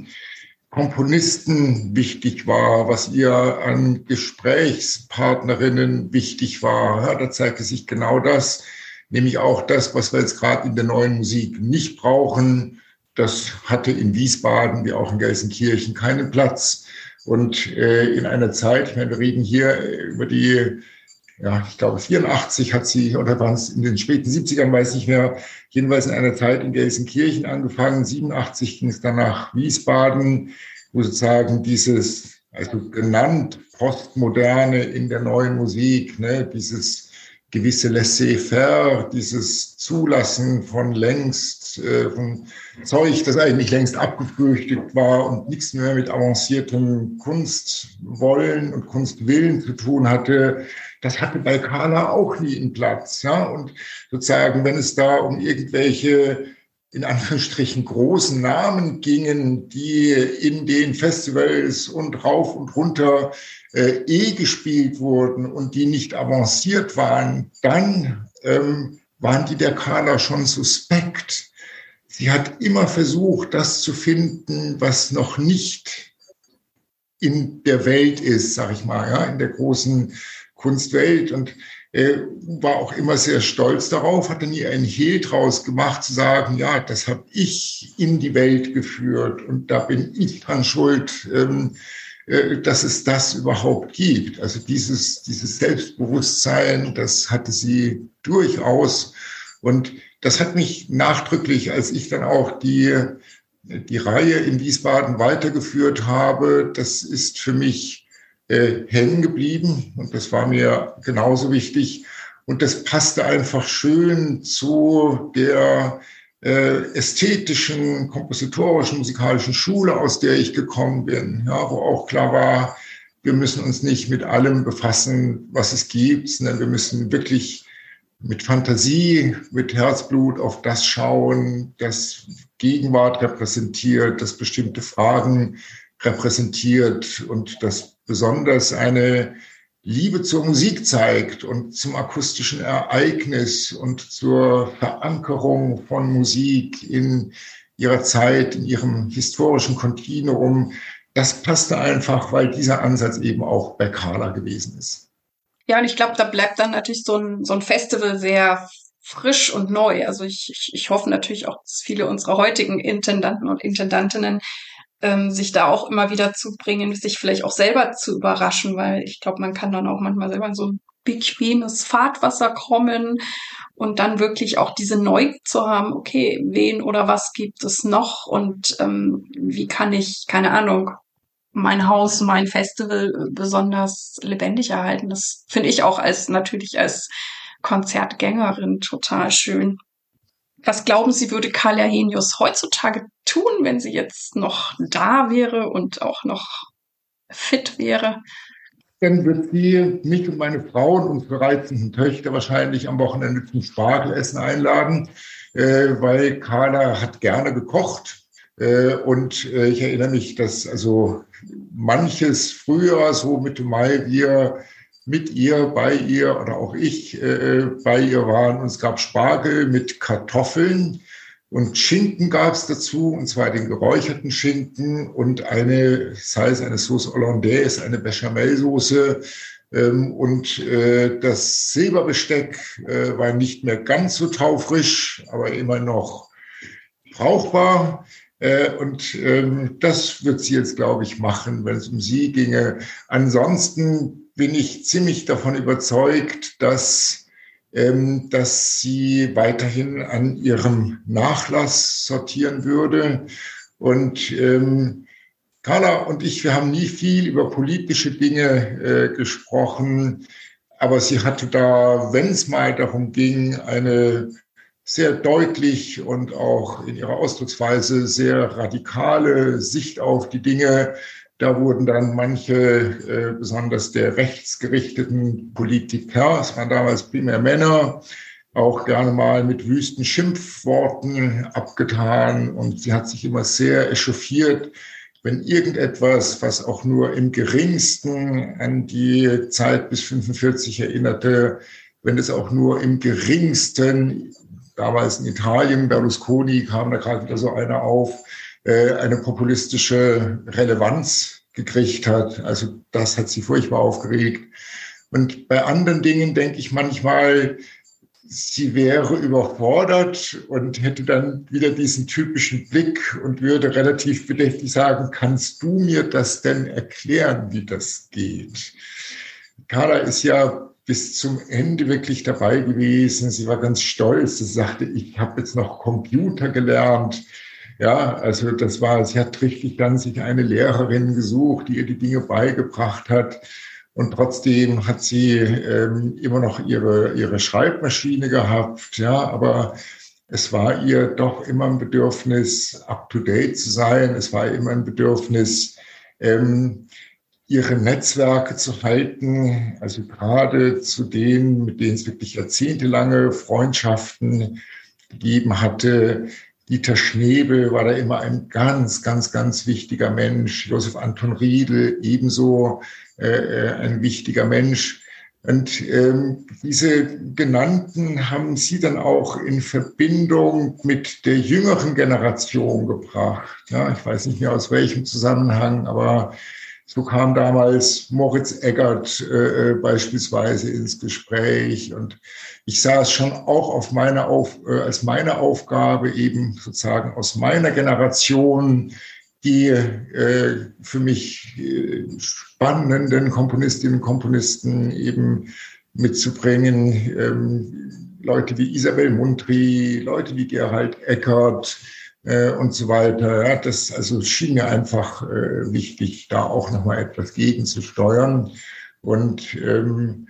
Komponisten wichtig war, was ihr an Gesprächspartnerinnen wichtig war. Ja, da zeigte sich genau das, nämlich auch das, was wir jetzt gerade in der neuen Musik nicht brauchen. Das hatte in Wiesbaden wie auch in Gelsenkirchen keinen Platz. Und äh, in einer Zeit, ich meine, wir reden hier über die, ja, ich glaube vierundachtzig hat sie, oder waren es in den späten siebzigern, weiß ich nicht mehr, jedenfalls in einer Zeit in Gelsenkirchen angefangen. siebenundachtzig ging es dann nach Wiesbaden, wo sozusagen dieses, also genannt Postmoderne in der neuen Musik, ne, dieses gewisse Laissez-faire, dieses Zulassen von längst, äh, von Zeug, das eigentlich längst abgefrühstückt war und nichts mehr mit avanciertem Kunstwollen und Kunstwillen zu tun hatte, das hatte bei Carla auch nie einen Platz. Ja? Und sozusagen, wenn es da um irgendwelche, in Anführungsstrichen, großen Namen gingen, die in den Festivals und rauf und runter äh, eh gespielt wurden und die nicht avanciert waren, dann ähm, waren die der Carla schon suspekt. Sie hat immer versucht, das zu finden, was noch nicht in der Welt ist, sag ich mal, ja, in der großen Kunstwelt, und äh, war auch immer sehr stolz darauf, hatte nie einen Hehl draus gemacht, zu sagen, ja, das habe ich in die Welt geführt und da bin ich dran schuld, ähm, äh, dass es das überhaupt gibt. Also dieses, dieses Selbstbewusstsein, das hatte sie durchaus, und das hat mich nachdrücklich, als ich dann auch die, die Reihe in Wiesbaden weitergeführt habe, das ist für mich äh, hängen geblieben und das war mir genauso wichtig. Und das passte einfach schön zu der äh, ästhetischen, kompositorischen, musikalischen Schule, aus der ich gekommen bin, ja, wo auch klar war, wir müssen uns nicht mit allem befassen, was es gibt, sondern wir müssen wirklich mit Fantasie, mit Herzblut auf das schauen, das Gegenwart repräsentiert, das bestimmte Fragen repräsentiert und das besonders eine Liebe zur Musik zeigt und zum akustischen Ereignis und zur Verankerung von Musik in ihrer Zeit, in ihrem historischen Kontinuum. Das passte einfach, weil dieser Ansatz eben auch bei Carla gewesen ist. Ja, und ich glaube, da bleibt dann natürlich so ein, so ein Festival sehr frisch und neu. Also ich, ich, ich hoffe natürlich auch, dass viele unserer heutigen Intendanten und Intendantinnen ähm, sich da auch immer wieder zubringen, sich vielleicht auch selber zu überraschen, weil ich glaube, man kann dann auch manchmal selber in so ein bequemes Fahrtwasser kommen und dann wirklich auch diese Neugier zu haben, okay, wen oder was gibt es noch und ähm, wie kann ich, keine Ahnung, mein Haus, mein Festival besonders lebendig erhalten. Das finde ich auch als natürlich als Konzertgängerin total schön. Was glauben Sie, würde Carla Henius heutzutage tun, wenn sie jetzt noch da wäre und auch noch fit wäre? Dann wird sie mich und meine Frau und unsere reizenden Töchter wahrscheinlich am Wochenende zum Spargelessen einladen, äh, weil Carla hat gerne gekocht. Äh, und äh, ich erinnere mich, dass also manches früher, so Mitte Mai, wir mit ihr, bei ihr oder auch ich äh, bei ihr waren. Und es gab Spargel mit Kartoffeln und Schinken gab es dazu, und zwar den geräucherten Schinken und eine, sei es eine Sauce Hollandaise, eine Bechamelsoße. Ähm, und äh, das Silberbesteck äh, war nicht mehr ganz so taufrisch, aber immer noch brauchbar. Äh, und ähm, das wird sie jetzt, glaube ich, machen, wenn es um sie ginge. Ansonsten bin ich ziemlich davon überzeugt, dass, ähm, dass sie weiterhin an ihrem Nachlass sortieren würde. Und ähm, Carla und ich, wir haben nie viel über politische Dinge äh, gesprochen, aber sie hatte da, wenn es mal darum ging, eine sehr deutlich und auch in ihrer Ausdrucksweise sehr radikale Sicht auf die Dinge. Da wurden dann manche, äh, besonders der rechtsgerichteten Politiker, es waren damals primär Männer, auch gerne mal mit wüsten Schimpfworten abgetan. Und sie hat sich immer sehr echauffiert, wenn irgendetwas, was auch nur im geringsten an die Zeit bis fünfundvierzig erinnerte, wenn es auch nur im geringsten, damals in Italien, Berlusconi kam da gerade wieder so einer auf, eine populistische Relevanz gekriegt hat. Also das hat sie furchtbar aufgeregt. Und bei anderen Dingen denke ich manchmal, sie wäre überfordert und hätte dann wieder diesen typischen Blick und würde relativ bedächtig sagen, kannst du mir das denn erklären, wie das geht? Carla ist ja bis zum Ende wirklich dabei gewesen. Sie war ganz stolz. Sie sagte, ich habe jetzt noch Computer gelernt. Ja, also das war, sie hat richtig dann sich eine Lehrerin gesucht, die ihr die Dinge beigebracht hat. Und trotzdem hat sie ähm, immer noch ihre, ihre Schreibmaschine gehabt, ja, aber es war ihr doch immer ein Bedürfnis, up-to-date zu sein. Es war immer ein Bedürfnis, ähm, ihre Netzwerke zu halten, also gerade zu denen, mit denen es wirklich jahrzehntelange Freundschaften gegeben hatte. Dieter Schnebel war da immer ein ganz, ganz, ganz wichtiger Mensch. Josef Anton Riedel ebenso äh, ein wichtiger Mensch. Und ähm, diese genannten haben sie dann auch in Verbindung mit der jüngeren Generation gebracht. Ja, ich weiß nicht mehr aus welchem Zusammenhang, aber so kam damals Moritz Eggert äh, beispielsweise ins Gespräch. Und ich sah es schon auch auf meine auf, äh, als meine Aufgabe, eben sozusagen aus meiner Generation die äh, für mich äh, spannenden Komponistinnen und Komponisten eben mitzubringen. Ähm, Leute wie Isabel Mundry, Leute wie Gerald Eckert äh, und so weiter. Ja, das also schien mir einfach äh, wichtig, da auch nochmal etwas gegenzusteuern. Und ähm,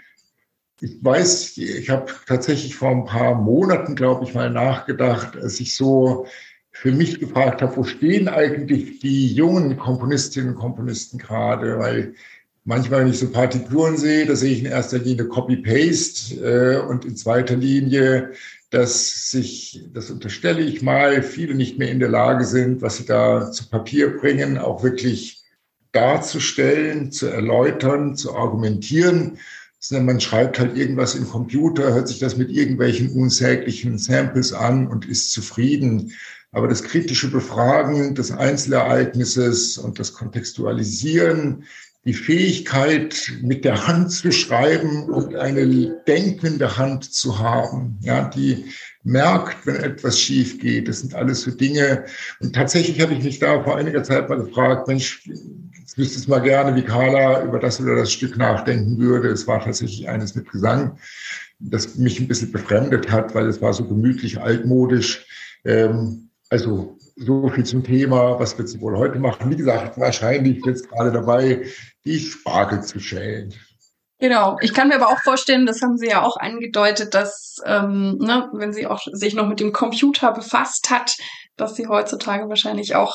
ich weiß, ich habe tatsächlich vor ein paar Monaten, glaube ich, mal nachgedacht, als ich so für mich gefragt habe, wo stehen eigentlich die jungen Komponistinnen und Komponisten gerade? Weil manchmal, wenn ich so Partituren sehe, da sehe ich in erster Linie Copy-Paste äh, und in zweiter Linie, dass sich, das unterstelle ich mal, viele nicht mehr in der Lage sind, was sie da zu Papier bringen, auch wirklich darzustellen, zu erläutern, zu argumentieren. Sondern man schreibt halt irgendwas im Computer, hört sich das mit irgendwelchen unsäglichen Samples an und ist zufrieden. Aber das kritische Befragen des Einzelereignisses und das Kontextualisieren, die Fähigkeit, mit der Hand zu schreiben und eine denkende Hand zu haben, ja, die merkt, wenn etwas schief geht. Das sind alles so Dinge. Und tatsächlich habe ich mich da vor einiger Zeit mal gefragt, Mensch, jetzt wüsste ich mal gerne, wie Carla über das oder das Stück nachdenken würde. Es war tatsächlich eines mit Gesang, das mich ein bisschen befremdet hat, weil es war so gemütlich altmodisch. Ähm, Also so viel zum Thema, was wird sie wohl heute machen? Wie gesagt, wahrscheinlich jetzt gerade dabei, die Spargel zu schälen. Genau. Ich kann mir aber auch vorstellen, das haben Sie ja auch angedeutet, dass, ähm, ne, wenn sie auch sich noch mit dem Computer befasst hat, dass sie heutzutage wahrscheinlich auch,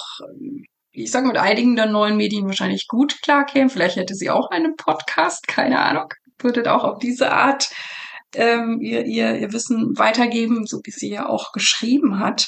ich sage mit einigen der neuen Medien wahrscheinlich gut klarkäme. Vielleicht hätte sie auch einen Podcast, keine Ahnung, würde auch auf diese Art ähm, ihr, ihr, ihr Wissen weitergeben, so wie sie ja auch geschrieben hat.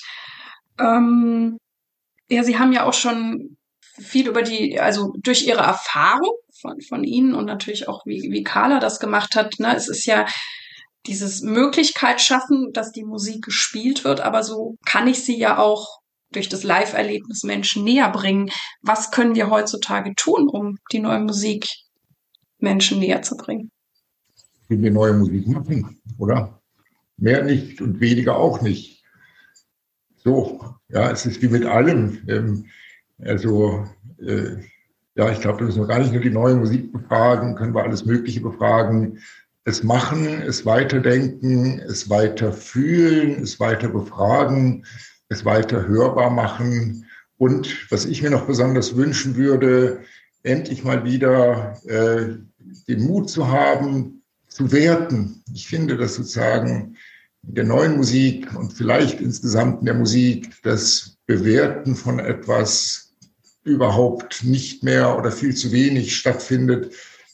Ähm, ja, Sie haben ja auch schon viel über die, also durch Ihre Erfahrung von, von Ihnen und natürlich auch, wie, wie Carla das gemacht hat, ne, es ist ja dieses Möglichkeit schaffen, dass die Musik gespielt wird, aber so kann ich sie ja auch durch das Live-Erlebnis Menschen näher bringen. Was können wir heutzutage tun, um die neue Musik Menschen näher zu bringen? Wenn wir neue Musik machen, oder? Mehr nicht und weniger auch nicht. so, ja, es ist wie mit allem. Ähm, also, äh, ja, ich glaube, wir müssen gar nicht nur die neue Musik befragen, können wir alles Mögliche befragen. Es machen, es weiterdenken, es weiter fühlen, es weiter befragen, es weiter hörbar machen. Und was ich mir noch besonders wünschen würde, endlich mal wieder äh, den Mut zu haben, zu werten. Ich finde, dass sozusagen in der neuen Musik und vielleicht insgesamt in der Musik das Bewerten von etwas überhaupt nicht mehr oder viel zu wenig stattfindet.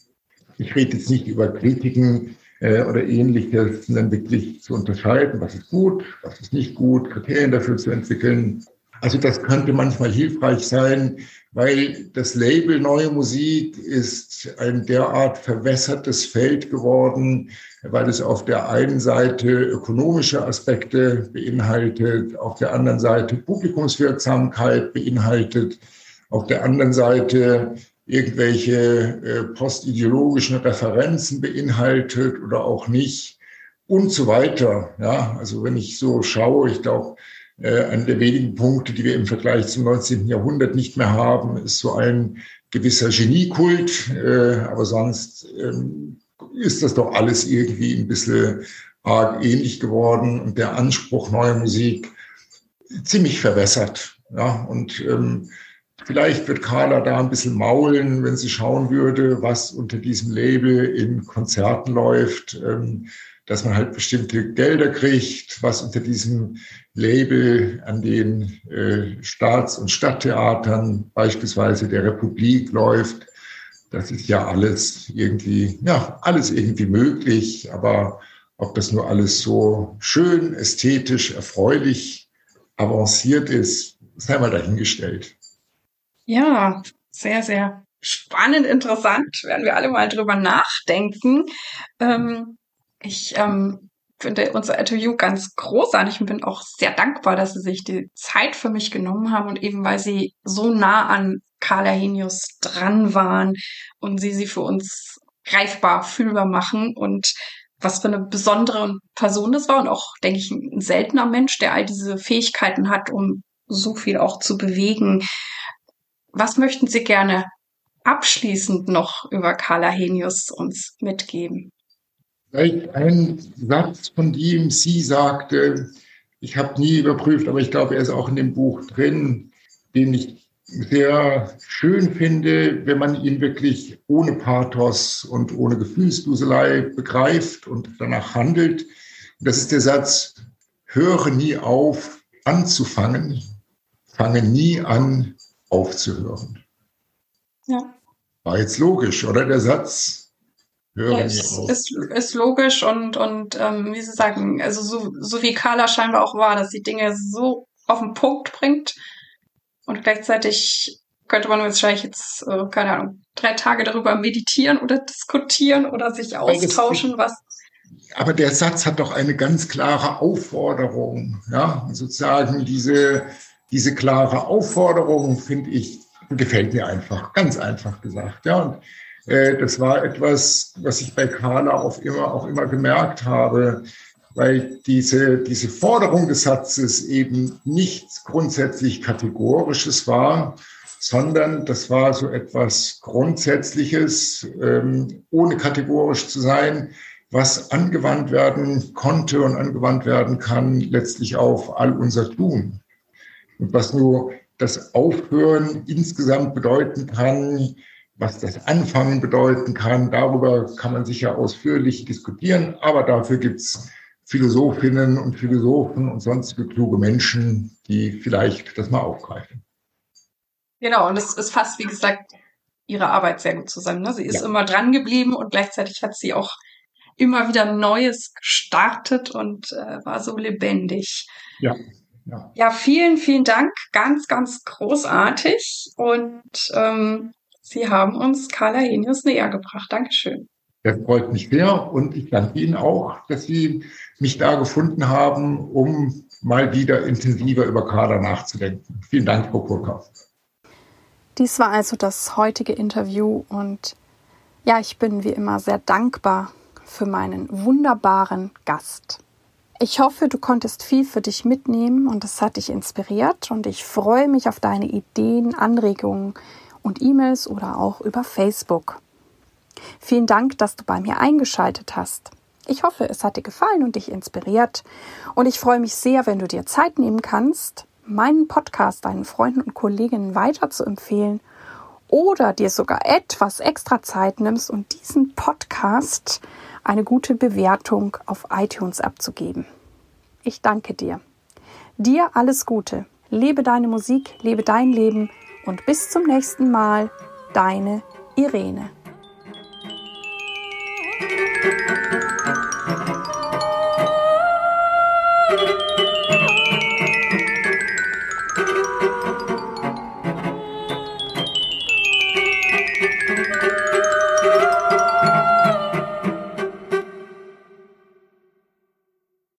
Ich rede jetzt nicht über Kritiken äh, oder Ähnliches, sondern wirklich zu unterscheiden, was ist gut, was ist nicht gut, Kriterien dafür zu entwickeln. Also das könnte manchmal hilfreich sein, weil das Label Neue Musik ist ein derart verwässertes Feld geworden, weil es auf der einen Seite ökonomische Aspekte beinhaltet, auf der anderen Seite Publikumswirksamkeit beinhaltet, auf der anderen Seite irgendwelche äh, postideologischen Referenzen beinhaltet oder auch nicht und so weiter. Ja, also wenn ich so schaue, ich glaube, äh, einer der wenigen Punkte, die wir im Vergleich zum neunzehnten Jahrhundert nicht mehr haben, ist so ein gewisser Geniekult. Äh, aber sonst ähm, ist das doch alles irgendwie ein bisschen arg ähnlich geworden und der Anspruch neuer Musik ziemlich verwässert. Ja, und ähm, vielleicht wird Carla da ein bisschen maulen, wenn sie schauen würde, was unter diesem Label in Konzerten läuft, ähm, dass man halt bestimmte Gelder kriegt, was unter diesem Label an den äh, Staats- und Stadttheatern, beispielsweise der Republik, läuft. Das ist ja alles irgendwie, ja, alles irgendwie möglich, aber ob das nur alles so schön, ästhetisch, erfreulich avanciert ist, sei mal dahingestellt. Ja, sehr, sehr spannend, interessant. Werden wir alle mal drüber nachdenken. Ähm, ich ähm, finde unser Interview ganz großartig und bin auch sehr dankbar, dass Sie sich die Zeit für mich genommen haben und eben weil Sie so nah an Carla Henius dran waren und Sie sie für uns greifbar, fühlbar machen und was für eine besondere Person das war und auch, denke ich, ein seltener Mensch, der all diese Fähigkeiten hat, um so viel auch zu bewegen. Was möchten Sie gerne abschließend noch über Carla Henius uns mitgeben? Vielleicht ein Satz, von dem sie sagte, ich habe nie überprüft, aber ich glaube, er ist auch in dem Buch drin, den ich sehr schön finde, wenn man ihn wirklich ohne Pathos und ohne Gefühlsduselei begreift und danach handelt. Das ist der Satz, höre nie auf anzufangen, fange nie an aufzuhören. Ja. War jetzt logisch, oder der Satz? Ja, ist, ist, ist logisch und, und ähm, wie Sie sagen, also so, so wie Carla scheinbar auch war, dass sie Dinge so auf den Punkt bringt und gleichzeitig könnte man wahrscheinlich jetzt, äh, keine Ahnung, drei Tage darüber meditieren oder diskutieren oder sich austauschen, was. Aber der Satz hat doch eine ganz klare Aufforderung, ja, sozusagen diese, diese klare Aufforderung, finde ich, gefällt mir einfach, ganz einfach gesagt, ja, und das war etwas, was ich bei Carla auch immer, auch immer gemerkt habe, weil diese, diese Forderung des Satzes eben nichts grundsätzlich Kategorisches war, sondern das war so etwas Grundsätzliches, ähm, ohne kategorisch zu sein, was angewandt werden konnte und angewandt werden kann, letztlich auf all unser Tun. Und was nur das Aufhören insgesamt bedeuten kann, was das Anfangen bedeuten kann, darüber kann man sicher ausführlich diskutieren, aber dafür gibt es Philosophinnen und Philosophen und sonstige kluge Menschen, die vielleicht das mal aufgreifen. Genau, und es, es fasst, wie gesagt, ihre Arbeit sehr gut zusammen. Ne? Sie ist ja immer dran geblieben und gleichzeitig hat sie auch immer wieder Neues gestartet und äh, war so lebendig. Ja. Ja. Ja, vielen, vielen Dank. Ganz, ganz großartig und ähm, Sie haben uns Carla Henius näher gebracht. Dankeschön. Das freut mich sehr und ich danke Ihnen auch, dass Sie mich da gefunden haben, um mal wieder intensiver über Carla nachzudenken. Vielen Dank, Frau Kurka. Dies war also das heutige Interview und ja, ich bin wie immer sehr dankbar für meinen wunderbaren Gast. Ich hoffe, du konntest viel für dich mitnehmen und es hat dich inspiriert und ich freue mich auf deine Ideen, Anregungen und E-Mails oder auch über Facebook. Vielen Dank, dass du bei mir eingeschaltet hast. Ich hoffe, es hat dir gefallen und dich inspiriert und ich freue mich sehr, wenn du dir Zeit nehmen kannst, meinen Podcast deinen Freunden und Kolleginnen weiter zu empfehlen oder dir sogar etwas extra Zeit nimmst und diesen Podcast eine gute Bewertung auf iTunes abzugeben. Ich danke dir. Dir alles Gute. Lebe deine Musik, lebe dein Leben und bis zum nächsten Mal. Deine Irene.